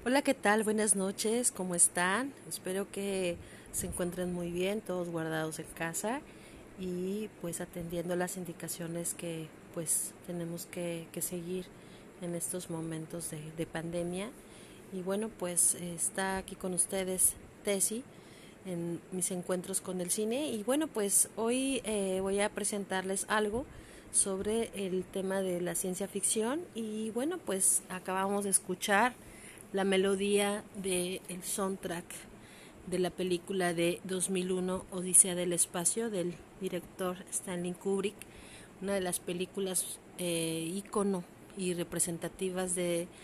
Hola, ¿qué tal? Buenas noches, ¿cómo están? Espero que se encuentren muy bien, todos guardados en casa y pues atendiendo las indicaciones que pues tenemos que seguir en estos momentos de pandemia. Y bueno, pues está aquí con ustedes Tessy en mis encuentros con el cine y bueno, pues hoy voy a presentarles algo sobre el tema de la ciencia ficción y bueno, pues acabamos de escuchar la melodía del soundtrack de la película de 2001 Odisea del Espacio del director Stanley Kubrick, una de las películas ícono y representativas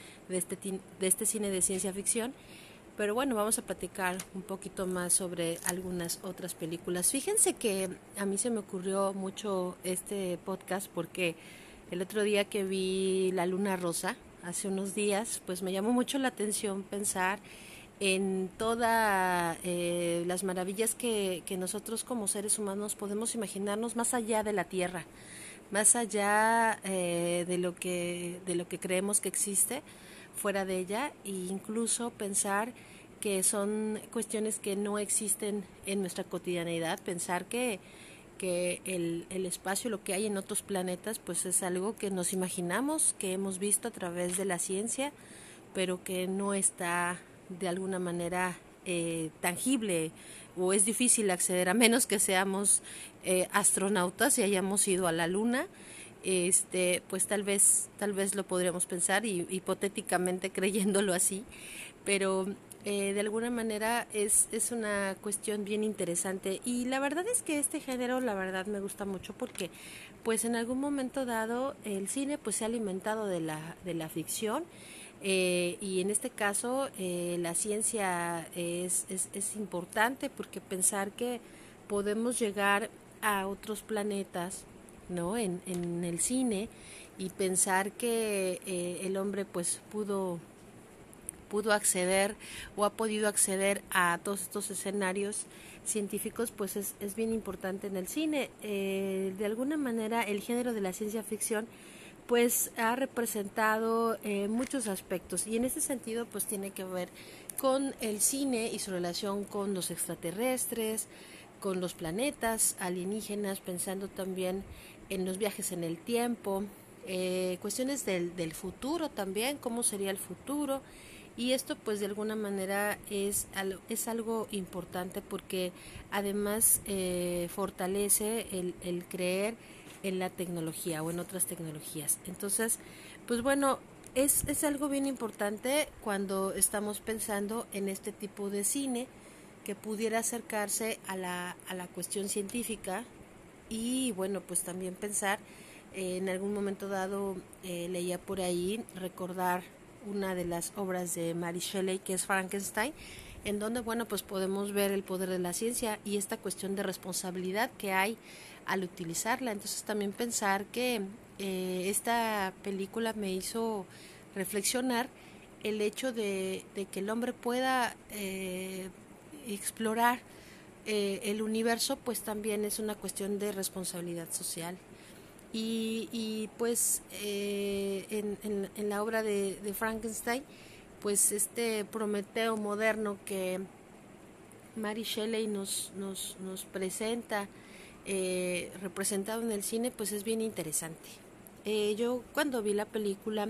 de este cine de ciencia ficción. Pero bueno, vamos a platicar un poquito más sobre algunas otras películas. Fíjense que a mí se me ocurrió mucho este podcast porque el otro día que vi La Luna Rosa, hace unos días, pues me llamó mucho la atención pensar en todas las maravillas que nosotros como seres humanos podemos imaginarnos más allá de la Tierra, más allá de lo que creemos que existe fuera de ella, e incluso pensar que son cuestiones que no existen en nuestra cotidianidad, pensar que el espacio, lo que hay en otros planetas, pues es algo que nos imaginamos, que hemos visto a través de la ciencia, pero que no está de alguna manera tangible o es difícil acceder a menos que seamos astronautas y hayamos ido a la luna. Pues tal vez lo podríamos pensar y hipotéticamente creyéndolo así, pero de alguna manera es una cuestión bien interesante y la verdad es que este género la verdad me gusta mucho porque pues en algún momento dado el cine pues se ha alimentado de la ficción y en este caso la ciencia es importante porque pensar que podemos llegar a otros planetas, ¿no? En el cine y pensar que el hombre pues pudo acceder o ha podido acceder a todos estos escenarios científicos, pues es bien importante en el cine. De alguna manera el género de la ciencia ficción pues ha representado muchos aspectos y en ese sentido pues tiene que ver con el cine y su relación con los extraterrestres, con los planetas alienígenas, pensando también en los viajes en el tiempo, cuestiones del futuro también, cómo sería el futuro. Y esto pues de alguna manera es algo importante porque además fortalece el creer en la tecnología o en otras tecnologías. Entonces, pues bueno, es algo bien importante cuando estamos pensando en este tipo de cine que pudiera acercarse a la cuestión científica y bueno, pues también pensar en algún momento dado leía por ahí recordar una de las obras de Mary Shelley que es Frankenstein, en donde bueno pues podemos ver el poder de la ciencia y esta cuestión de responsabilidad que hay al utilizarla. Entonces también pensar que esta película me hizo reflexionar el hecho de que el hombre pueda explorar el universo, pues también es una cuestión de responsabilidad social. Y pues en la obra de Frankenstein, pues este Prometeo moderno que Mary Shelley nos presenta, representado en el cine, pues es bien interesante. Yo cuando vi la película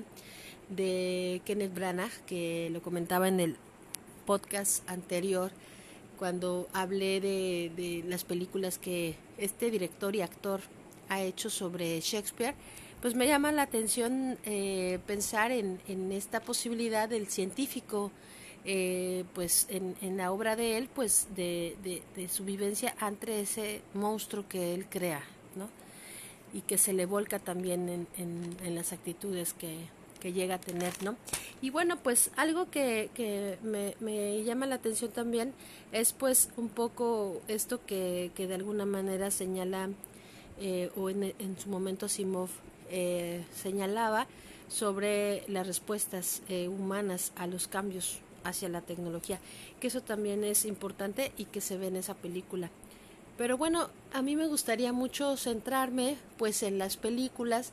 de Kenneth Branagh, que lo comentaba en el podcast anterior, cuando hablé de las películas que este director y actor ha hecho sobre Shakespeare, pues me llama la atención pensar en esta posibilidad del científico, pues en la obra de él, pues de su vivencia ante ese monstruo que él crea, ¿no? Y que se le volca también en las actitudes que llega a tener, ¿no? Y bueno, pues algo que me llama la atención también es pues un poco esto que de alguna manera señala o en su momento Asimov señalaba sobre las respuestas humanas a los cambios hacia la tecnología, que eso también es importante y que se ve en esa película. Pero bueno, a mí me gustaría mucho centrarme pues en las películas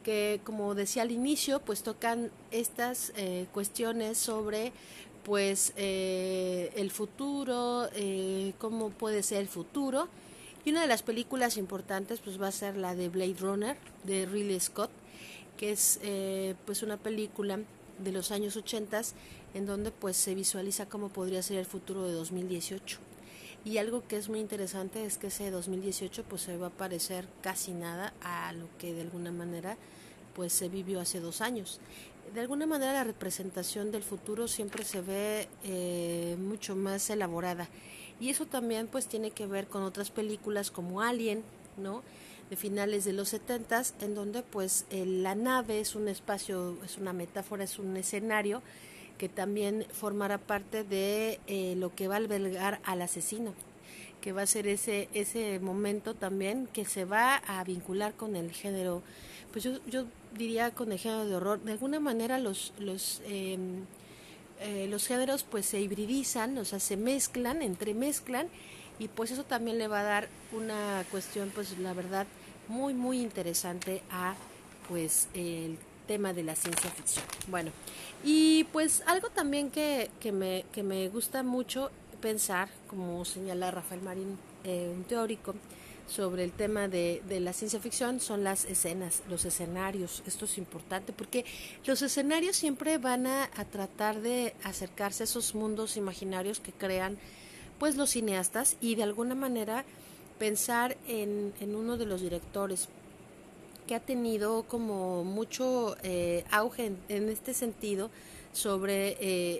que, como decía al inicio, pues tocan estas cuestiones sobre pues el futuro, cómo puede ser el futuro. Y una de las películas importantes pues va a ser la de Blade Runner de Ridley Scott, que es pues una película de los años 80 en donde pues se visualiza cómo podría ser el futuro de 2018. Y algo que es muy interesante es que ese 2018 pues se va a parecer casi nada a lo que de alguna manera pues se vivió hace 2 años. De alguna manera la representación del futuro siempre se ve mucho más elaborada, y eso también pues tiene que ver con otras películas como Alien, ¿no?, de finales de los 70s, en donde pues la nave es un espacio, es una metáfora, es un escenario que también formará parte de lo que va a albergar al asesino, que va a ser ese momento también que se va a vincular con el género, pues yo diría con el género de horror. De alguna manera los géneros pues se hibridizan, o sea, se mezclan, entremezclan, y pues eso también le va a dar una cuestión, pues la verdad, muy muy interesante a pues el tema de la ciencia ficción. Bueno, y pues algo también que me gusta mucho pensar, como señala Rafael Marín, un teórico, sobre el tema de la ciencia ficción, son las escenas, los escenarios. Esto es importante porque los escenarios siempre van a tratar de acercarse a esos mundos imaginarios que crean pues los cineastas, y de alguna manera pensar en uno de los directores que ha tenido como mucho auge en este sentido sobre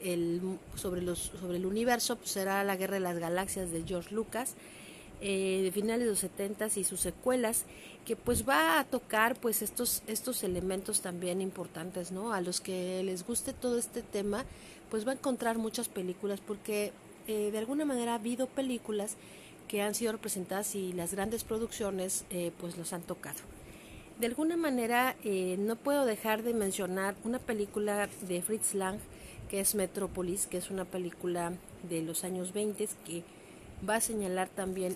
sobre el universo, pues será La Guerra de las Galaxias de George Lucas, de finales de los 70s, y sus secuelas, que pues va a tocar pues estos elementos también importantes, ¿no? A los que les guste todo este tema pues va a encontrar muchas películas, porque de alguna manera ha habido películas que han sido representadas y las grandes producciones pues los han tocado. De alguna manera no puedo dejar de mencionar una película de Fritz Lang, que es Metrópolis, que es una película de los años 20 que va a señalar también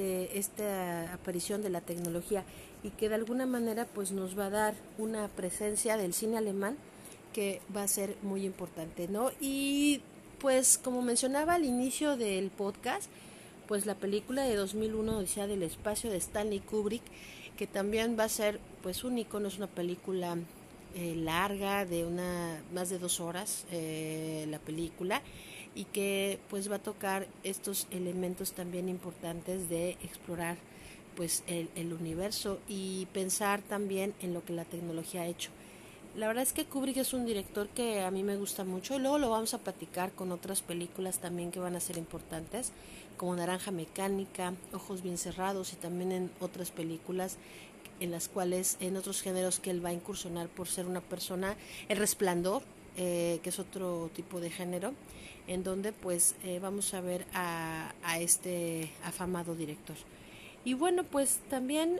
esta aparición de la tecnología, y que de alguna manera pues nos va a dar una presencia del cine alemán que va a ser muy importante, ¿no? Y pues como mencionaba al inicio del podcast, pues la película de 2001, Odisea del Espacio, de Stanley Kubrick, que también va a ser pues un icono. Es una película larga, de más de 2 horas la película, y que pues va a tocar estos elementos también importantes de explorar pues el universo y pensar también en lo que la tecnología ha hecho. La verdad es que Kubrick es un director que a mí me gusta mucho, y luego lo vamos a platicar con otras películas también que van a ser importantes, como Naranja Mecánica, Ojos Bien Cerrados, y también en otras películas en las cuales, en otros géneros que él va a incursionar por ser una persona. El Resplandor, que es otro tipo de género, en donde pues vamos a ver a este afamado director. Y bueno, pues también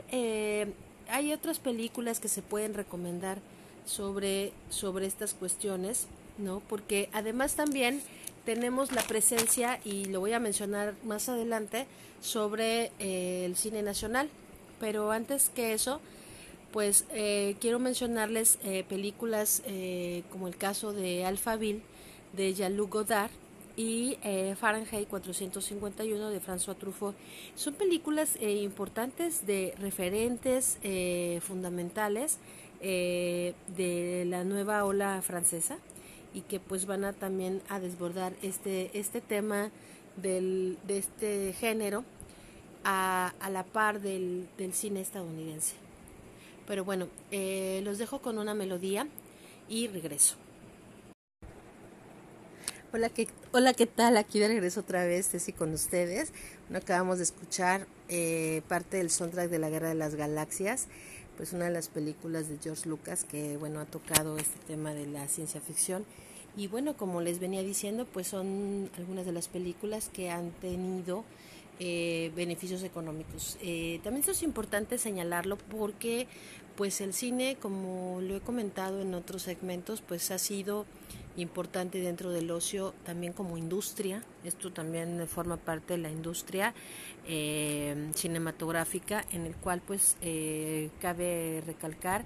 hay otras películas que se pueden recomendar sobre estas cuestiones, ¿no? Porque además también tenemos la presencia, y lo voy a mencionar más adelante, sobre el cine nacional. Pero antes que eso, pues quiero mencionarles películas como el caso de Alphaville de Jean-Luc Godard, y Fahrenheit 451 de François Truffaut. Son películas importantes, de referentes fundamentales de la nueva ola francesa, y que pues van a también a desbordar este tema de este género a la par del cine estadounidense. Pero bueno, los dejo con una melodía y regreso. Hola, ¿qué tal? Aquí de regreso otra vez, Tessy, con ustedes. Bueno, acabamos de escuchar parte del soundtrack de La Guerra de las Galaxias, pues una de las películas de George Lucas que, bueno, ha tocado este tema de la ciencia ficción. Y bueno, como les venía diciendo, pues son algunas de las películas que han tenido beneficios económicos. También eso es importante señalarlo, porque pues el cine, como lo he comentado en otros segmentos, pues ha sido importante dentro del ocio también como industria. Esto también forma parte de la industria cinematográfica, en el cual pues cabe recalcar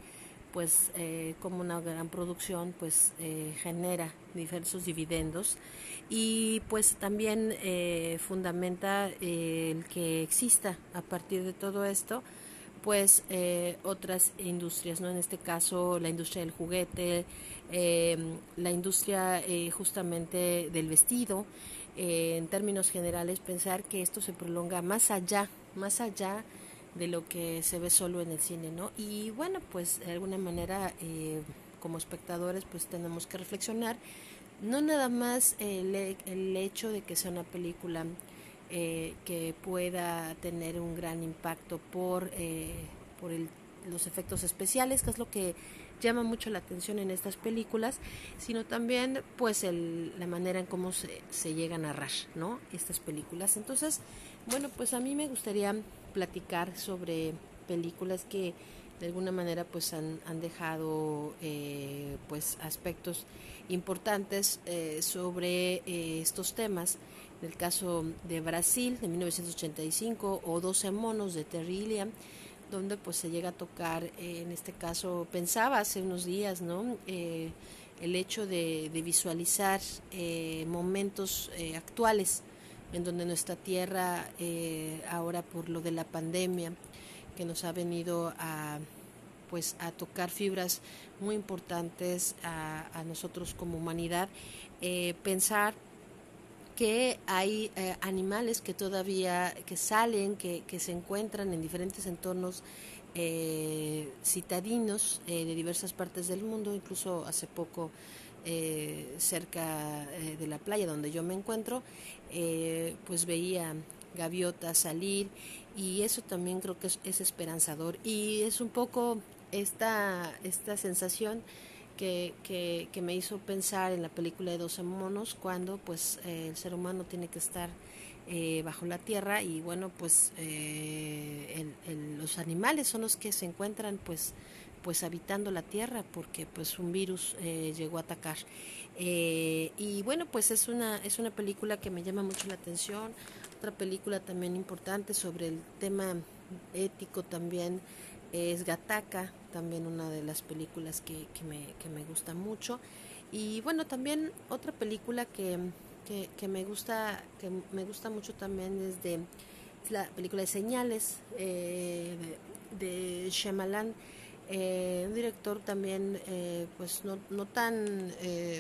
pues como una gran producción pues genera diversos dividendos y pues también fundamenta el que exista a partir de todo esto pues otras industrias, ¿no? En este caso la industria del juguete, la industria justamente del vestido, en términos generales pensar que esto se prolonga más allá de lo que se ve solo en el cine, ¿no? Y bueno, pues de alguna manera como espectadores pues tenemos que reflexionar, no nada más el hecho de que sea una película que pueda tener un gran impacto por los efectos especiales, que es lo que llama mucho la atención en estas películas, sino también pues la manera en cómo se llega a narrar, ¿no? Estas películas. Entonces, bueno, pues a mí me gustaría platicar sobre películas que de alguna manera pues han dejado pues aspectos importantes sobre estos temas. En el caso de Brasil de 1985 o 12 monos de Terry Gilliam, donde pues se llega a tocar en este caso pensaba hace unos días, ¿no? El hecho de visualizar momentos actuales en donde nuestra tierra ahora por lo de la pandemia que nos ha venido pues a tocar fibras muy importantes a nosotros como humanidad, pensar que hay animales que todavía que salen, que se encuentran en diferentes entornos citadinos de diversas partes del mundo, incluso hace poco cerca de la playa donde yo me encuentro, pues veía gaviotas salir y eso también creo que es esperanzador y es un poco esta sensación que me hizo pensar en la película de 12 monos cuando pues el ser humano tiene que estar bajo la tierra y bueno pues los animales son los que se encuentran pues habitando la tierra porque pues un virus llegó a atacar y bueno pues es una película que me llama mucho la atención. Otra película también importante sobre el tema ético también es Gattaca, también una de las películas que me gusta mucho. Y bueno, también otra película que me gusta mucho también es la película de Señales de Shyamalan, un director también pues no tan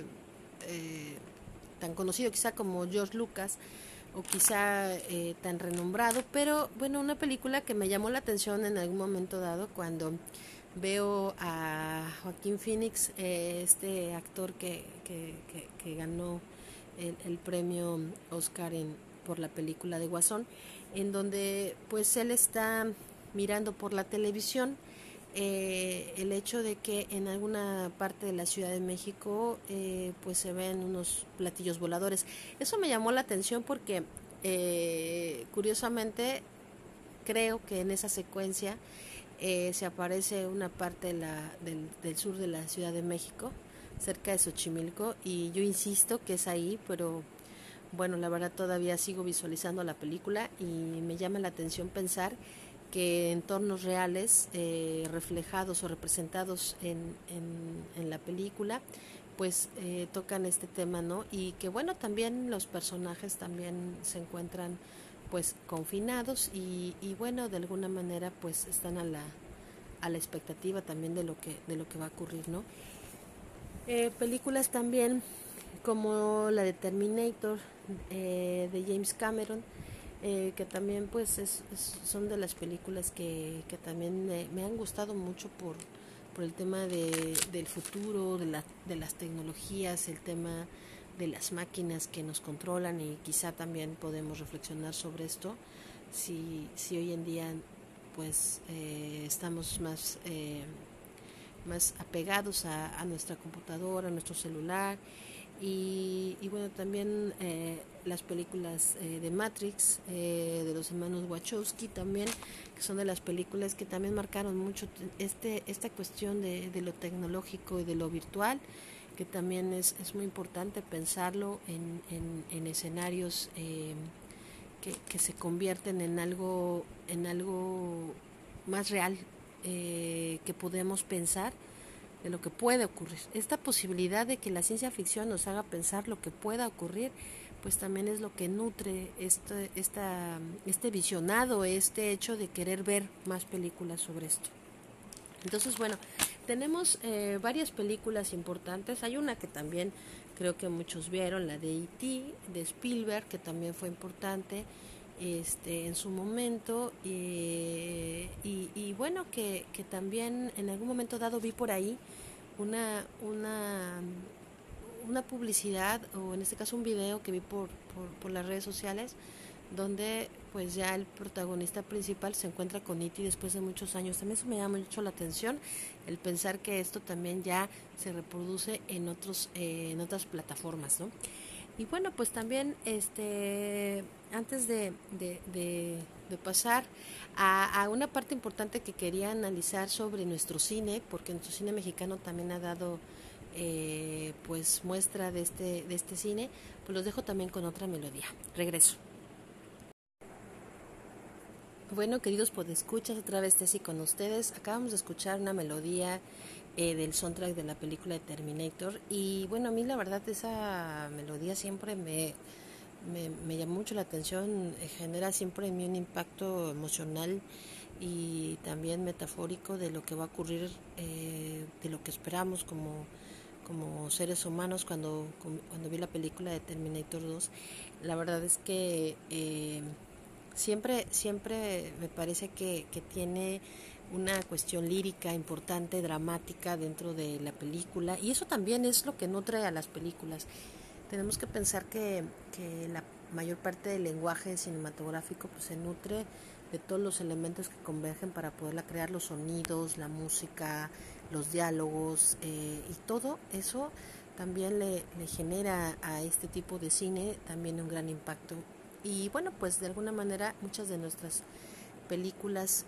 tan conocido quizá como George Lucas o quizá tan renombrado, pero bueno, una película que me llamó la atención en algún momento dado cuando veo a Joaquín Phoenix, este actor que ganó el premio Oscar por la película de Guasón, en donde pues él está mirando por la televisión el hecho de que en alguna parte de la Ciudad de México pues se ven unos platillos voladores. Eso me llamó la atención porque curiosamente creo que en esa secuencia se aparece una parte del sur de la Ciudad de México, cerca de Xochimilco, y yo insisto que es ahí, pero bueno, la verdad todavía sigo visualizando la película y me llama la atención pensar que entornos reales reflejados o representados en la película pues tocan este tema, ¿no? Y que bueno, también los personajes también se encuentran pues confinados y bueno, de alguna manera pues están a la expectativa también de lo que va a ocurrir, ¿no? Películas también como la de Terminator de James Cameron, que también pues son de las películas que también me han gustado mucho por el tema del futuro, de las tecnologías, el tema de las máquinas que nos controlan y quizá también podemos reflexionar sobre esto, si hoy en día pues estamos más apegados a nuestra computadora, a nuestro celular y bueno, también las películas de Matrix, de los hermanos Wachowski también, que son de las películas que también marcaron mucho esta cuestión de lo tecnológico y de lo virtual, que también es muy importante pensarlo en escenarios que se convierten en algo más real que podemos pensar de lo que puede ocurrir. Esta posibilidad de que la ciencia ficción nos haga pensar lo que pueda ocurrir, pues también es lo que nutre este visionado, este hecho de querer ver más películas sobre esto. Entonces, bueno, tenemos varias películas importantes. Hay una que también creo que muchos vieron, la de E.T., de Spielberg, que también fue importante en su momento. Y bueno, que también en algún momento dado vi por ahí una, una, una publicidad, o en este caso un video que vi por las redes sociales, donde pues ya el protagonista principal se encuentra con E.T. después de muchos años. También eso me llama mucho la atención, el pensar que esto también ya se reproduce en otras plataformas, ¿no? Y bueno, pues también antes de pasar a una parte importante que quería analizar sobre nuestro cine, porque nuestro cine mexicano también ha dado pues muestra de este cine, pues los dejo también con otra melodía. Regreso. Bueno, queridos podescuchas, otra vez Tessy con ustedes. Acabamos de escuchar una melodía del soundtrack de la película de Terminator. Y bueno, a mí la verdad esa melodía siempre me llamó mucho la atención. Genera siempre en mí un impacto emocional y también metafórico de lo que va a ocurrir, de lo que esperamos como seres humanos cuando vi la película de Terminator 2. La verdad es que siempre me parece que tiene una cuestión lírica importante, dramática dentro de la película, y eso también es lo que nutre a las películas. Tenemos que pensar que la mayor parte del lenguaje cinematográfico pues se nutre de todos los elementos que convergen para poderla crear, los sonidos, la música, los diálogos, y todo eso también le genera a este tipo de cine también un gran impacto. Y bueno, pues de alguna manera muchas de nuestras películas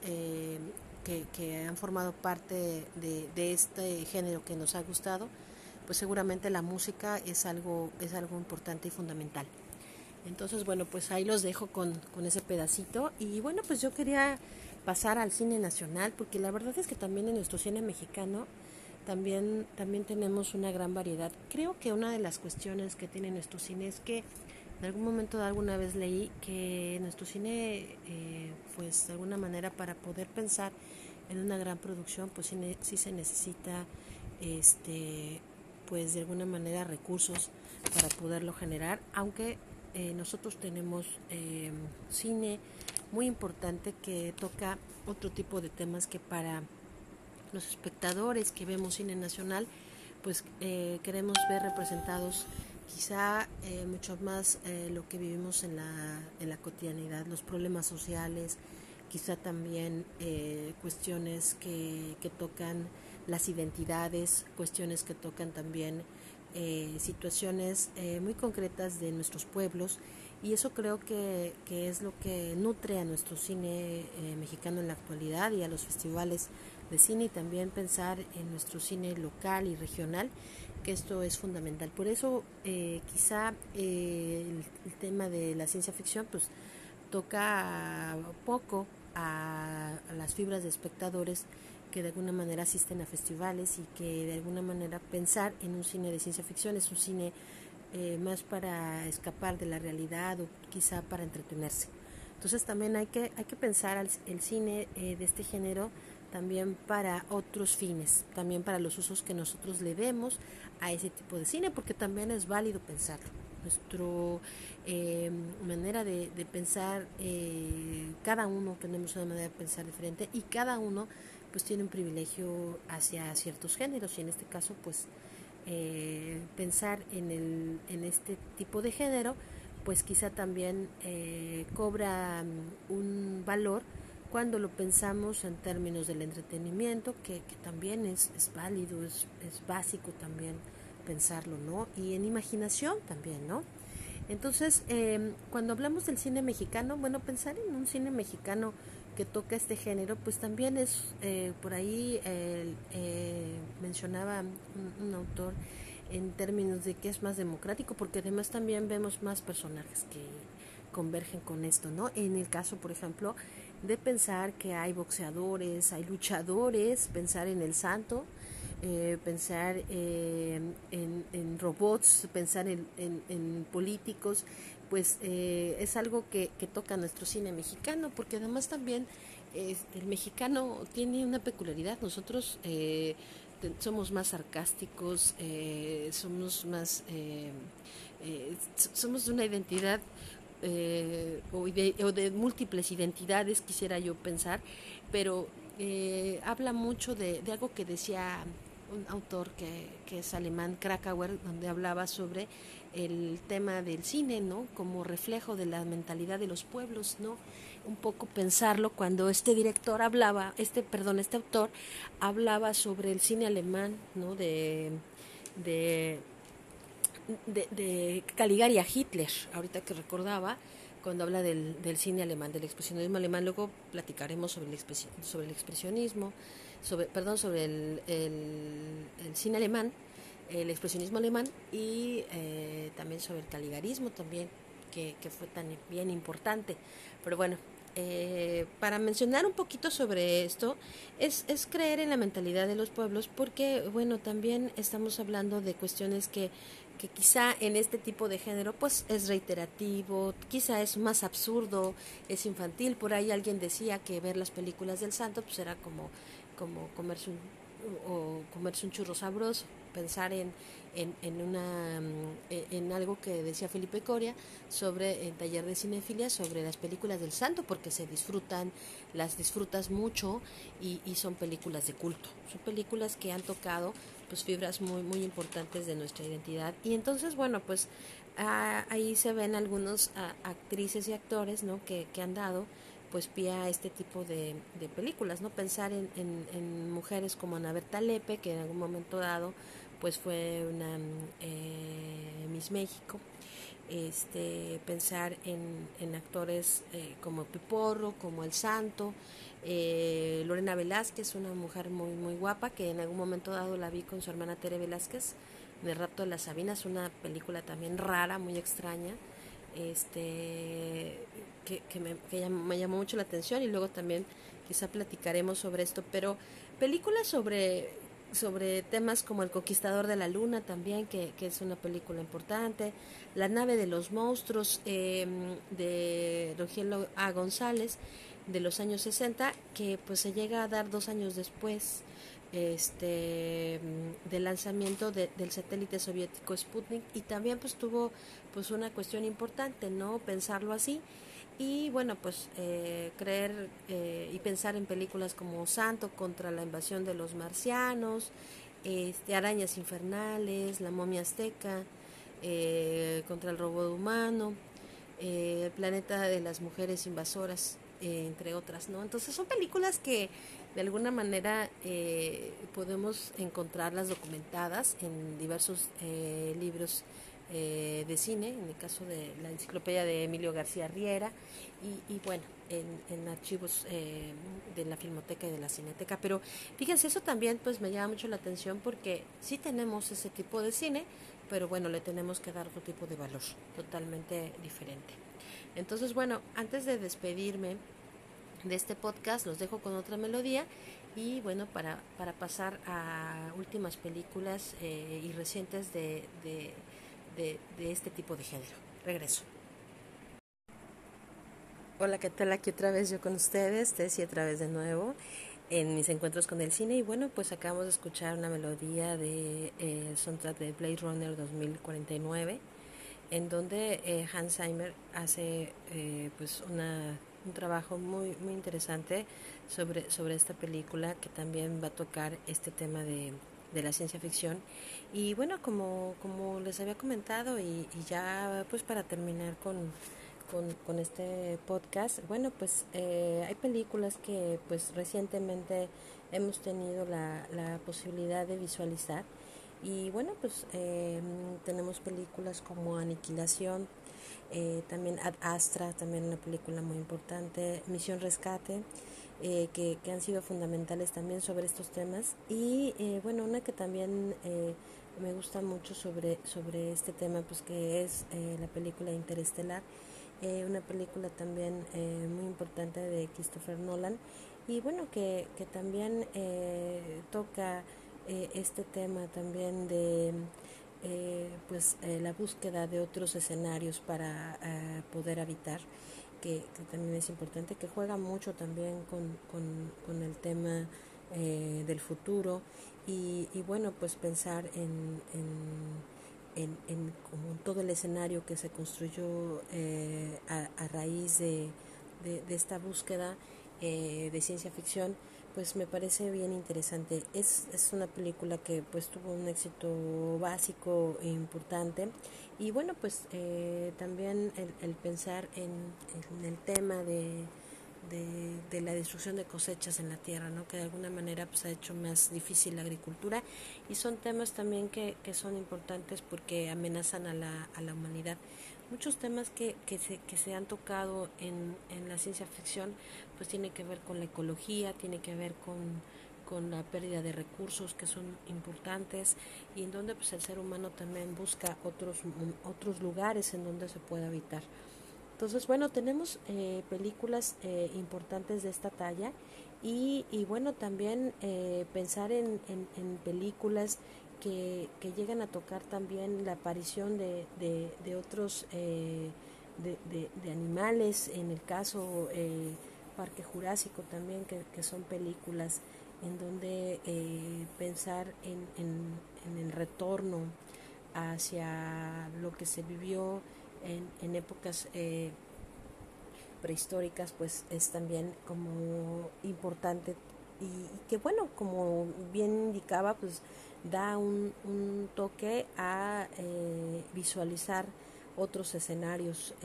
que han formado parte de este género que nos ha gustado, pues seguramente la música es algo importante y fundamental. Entonces, bueno, pues ahí los dejo con ese pedacito. Y bueno, pues yo quería pasar al cine nacional, porque la verdad es que también en nuestro cine mexicano también tenemos una gran variedad. Creo que una de las cuestiones que tiene nuestro cine es que en algún momento alguna vez leí que nuestro cine, pues de alguna manera para poder pensar en una gran producción, pues sí se necesita, pues de alguna manera recursos para poderlo generar, aunque nosotros tenemos cine muy importante que toca otro tipo de temas que para los espectadores que vemos cine nacional, pues queremos ver representados quizá mucho más lo que vivimos en la cotidianidad, los problemas sociales, quizá también cuestiones que tocan las identidades, cuestiones que tocan también situaciones muy concretas de nuestros pueblos, y eso creo que es lo que nutre a nuestro cine mexicano en la actualidad y a los festivales de cine, y también pensar en nuestro cine local y regional, que esto es fundamental. Por eso quizá el tema de la ciencia ficción pues toca poco a las fibras de espectadores que de alguna manera asisten a festivales, y que de alguna manera pensar en un cine de ciencia ficción es un cine más para escapar de la realidad o quizá para entretenerse. Entonces también hay que pensar el cine de este género también para otros fines, también para los usos que nosotros le demos a ese tipo de cine, porque también es válido pensarlo. Nuestra manera de pensar, cada uno tenemos una manera de pensar diferente, y cada uno pues tiene un privilegio hacia ciertos géneros, y en este caso pues pensar en este tipo de género pues quizá también cobra un valor cuando lo pensamos en términos del entretenimiento, que también es válido, es básico también pensarlo, ¿no? Y en imaginación también, ¿no? Entonces, cuando hablamos del cine mexicano, bueno, pensar en un cine mexicano que toca este género, pues también es, por ahí mencionaba un autor en términos de que es más democrático, porque además también vemos más personajes que convergen con esto, ¿no? En el caso, por ejemplo, de pensar que hay boxeadores, hay luchadores, pensar en El Santo, pensar en robots, pensar en políticos, pues es algo que toca nuestro cine mexicano, porque además también el mexicano tiene una peculiaridad. Nosotros somos más sarcásticos, somos más somos de una identidad o de múltiples identidades, quisiera yo pensar, pero habla mucho de algo que decía un autor que es alemán, Krakauer, donde hablaba sobre el tema del cine, ¿no? Como reflejo de la mentalidad de los pueblos, ¿no? Un poco pensarlo cuando este director hablaba, este autor hablaba sobre el cine alemán, ¿no? De Caligari a Hitler, ahorita que recordaba, cuando habla del cine alemán, del expresionismo alemán. Luego platicaremos sobre el expresionismo, sobre el cine alemán, el expresionismo alemán, y también sobre el caligarismo también, que fue tan bien importante. Pero bueno, para mencionar un poquito sobre esto, es creer en la mentalidad de los pueblos, porque bueno, también estamos hablando de cuestiones que quizá en este tipo de género pues es reiterativo, quizá es más absurdo, es infantil. Por ahí alguien decía que ver las películas del santo pues era como comerse un churro sabroso, pensar en algo que decía Felipe Coria sobre el taller de cinefilia, sobre las películas del santo, porque se disfrutan, las disfrutas mucho, y son películas de culto, son películas que han tocado pues fibras muy importantes de nuestra identidad. Y entonces bueno, pues ahí se ven algunos actrices y actores, ¿no? que han dado pues pie a este tipo de películas, ¿no? Pensar en mujeres como Ana Berta Lepe, que en algún momento dado pues fue una Miss México. Pensar en actores como Piporro, como El Santo, Lorena Velázquez, una mujer muy guapa, que en algún momento dado la vi con su hermana Tere Velázquez, en El rapto de las Sabinas, una película también rara, muy extraña, me llamó mucho la atención, y luego también quizá platicaremos sobre esto. Pero películas sobre temas como El Conquistador de la Luna también, que es una película importante, La nave de los monstruos, de Rogelio A. González, de los años 60, que pues se llega a dar 2 años después del lanzamiento del satélite soviético Sputnik, y también pues tuvo pues una cuestión importante, ¿no? Pensarlo así. Y bueno, pues creer y pensar en películas como Santo contra la invasión de los marcianos, Arañas infernales, La momia azteca, contra el robo humano, El planeta de las mujeres invasoras, entre otras, ¿no? Entonces son películas que de alguna manera podemos encontrarlas documentadas en diversos libros de cine, en el caso de la enciclopedia de Emilio García Riera, y bueno, en archivos de la Filmoteca y de la Cineteca. Pero fíjense, eso también pues me llama mucho la atención, porque sí tenemos ese tipo de cine, pero bueno, le tenemos que dar otro tipo de valor, totalmente diferente. Entonces, bueno, antes de despedirme de este podcast, los dejo con otra melodía, y bueno, para pasar a últimas películas y recientes de este tipo de género. Regreso. Hola, ¿qué tal? Aquí otra vez yo con ustedes, Tessy otra vez de nuevo en mis encuentros con el cine. Y bueno, pues acabamos de escuchar una melodía de soundtrack de Blade Runner 2049, en donde Hans Zimmer hace pues un trabajo muy interesante sobre esta película, que también va a tocar este tema de la ciencia ficción. Y bueno, como les había comentado, y ya pues para terminar con este podcast, bueno, pues hay películas que pues recientemente hemos tenido la posibilidad de visualizar. Y bueno, pues tenemos películas como Aniquilación, también Ad Astra, también una película muy importante, Misión Rescate, que han sido fundamentales también sobre estos temas. Y bueno, una que también me gusta mucho sobre este tema, pues que es la película Interestelar, una película también muy importante de Christopher Nolan, y bueno, que también toca este tema también de la búsqueda de otros escenarios para poder habitar, que también es importante, que juega mucho también con el tema del futuro y bueno, pues pensar en como todo el escenario que se construyó a raíz de esta búsqueda de ciencia ficción, pues me parece bien interesante. Es una película que pues tuvo un éxito básico e importante y bueno, pues también el pensar en el tema de la destrucción de cosechas en la tierra, ¿no? Que de alguna manera pues ha hecho más difícil la agricultura y son temas también que son importantes porque amenazan a la humanidad. Muchos temas que se han tocado en la ciencia ficción pues tiene que ver con la ecología, tiene que ver con la pérdida de recursos que son importantes y en donde pues el ser humano también busca otros lugares en donde se pueda habitar. Entonces, bueno, tenemos películas importantes de esta talla y bueno, también pensar en películas que llegan a tocar también la aparición de otros de animales, en el caso Parque Jurásico también, que son películas en donde pensar en el retorno hacia lo que se vivió en épocas prehistóricas, pues es también como importante y que bueno, como bien indicaba, pues da un toque a visualizar otros escenarios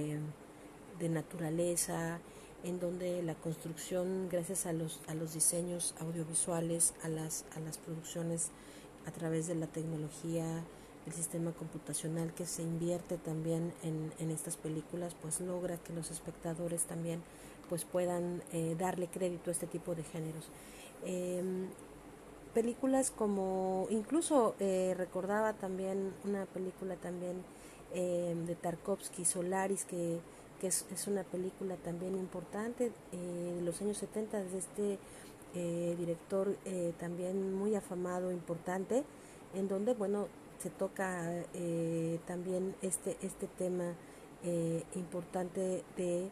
de naturaleza, en donde la construcción, gracias a los diseños audiovisuales, a las producciones a través de la tecnología, el sistema computacional que se invierte también en estas películas, pues logra que los espectadores también pues puedan darle crédito a este tipo de géneros. Eh, Películas como, incluso recordaba también una película también de Tarkovsky, Solaris, que es una película también importante de los años 70 de este director también muy afamado, importante, en donde, bueno, se toca también este tema importante de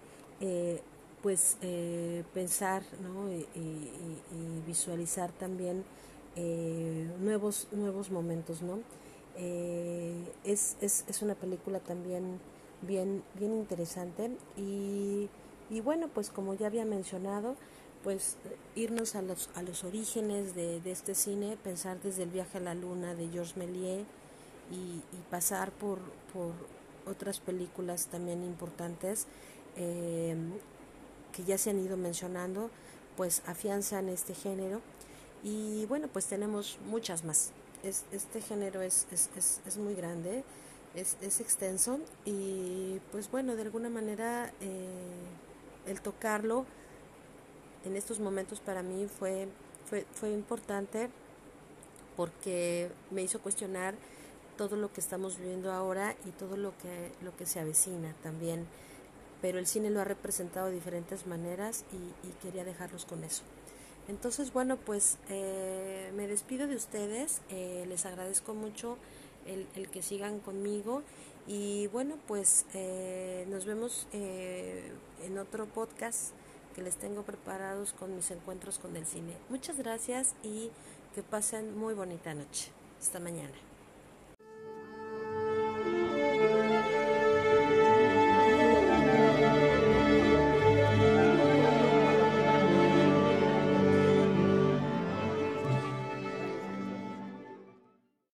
pensar, ¿no? Y visualizar también nuevos momentos, ¿no? Es una película también bien interesante y bueno, pues como ya había mencionado, pues irnos a los orígenes de este cine, pensar desde El viaje a la luna de Georges Méliès y pasar por otras películas también importantes eh, que ya se han ido mencionando, pues afianzan este género y bueno, pues tenemos muchas más. Este género es muy grande, es extenso y pues bueno, de alguna manera el tocarlo en estos momentos para mí fue importante porque me hizo cuestionar todo lo que estamos viviendo ahora y todo lo que se avecina también. Pero el cine lo ha representado de diferentes maneras y quería dejarlos con eso. Entonces, bueno, pues me despido de ustedes, les agradezco mucho el que sigan conmigo y bueno, pues nos vemos en otro podcast que les tengo preparados con mis encuentros con el cine. Muchas gracias y que pasen muy bonita noche. Hasta mañana.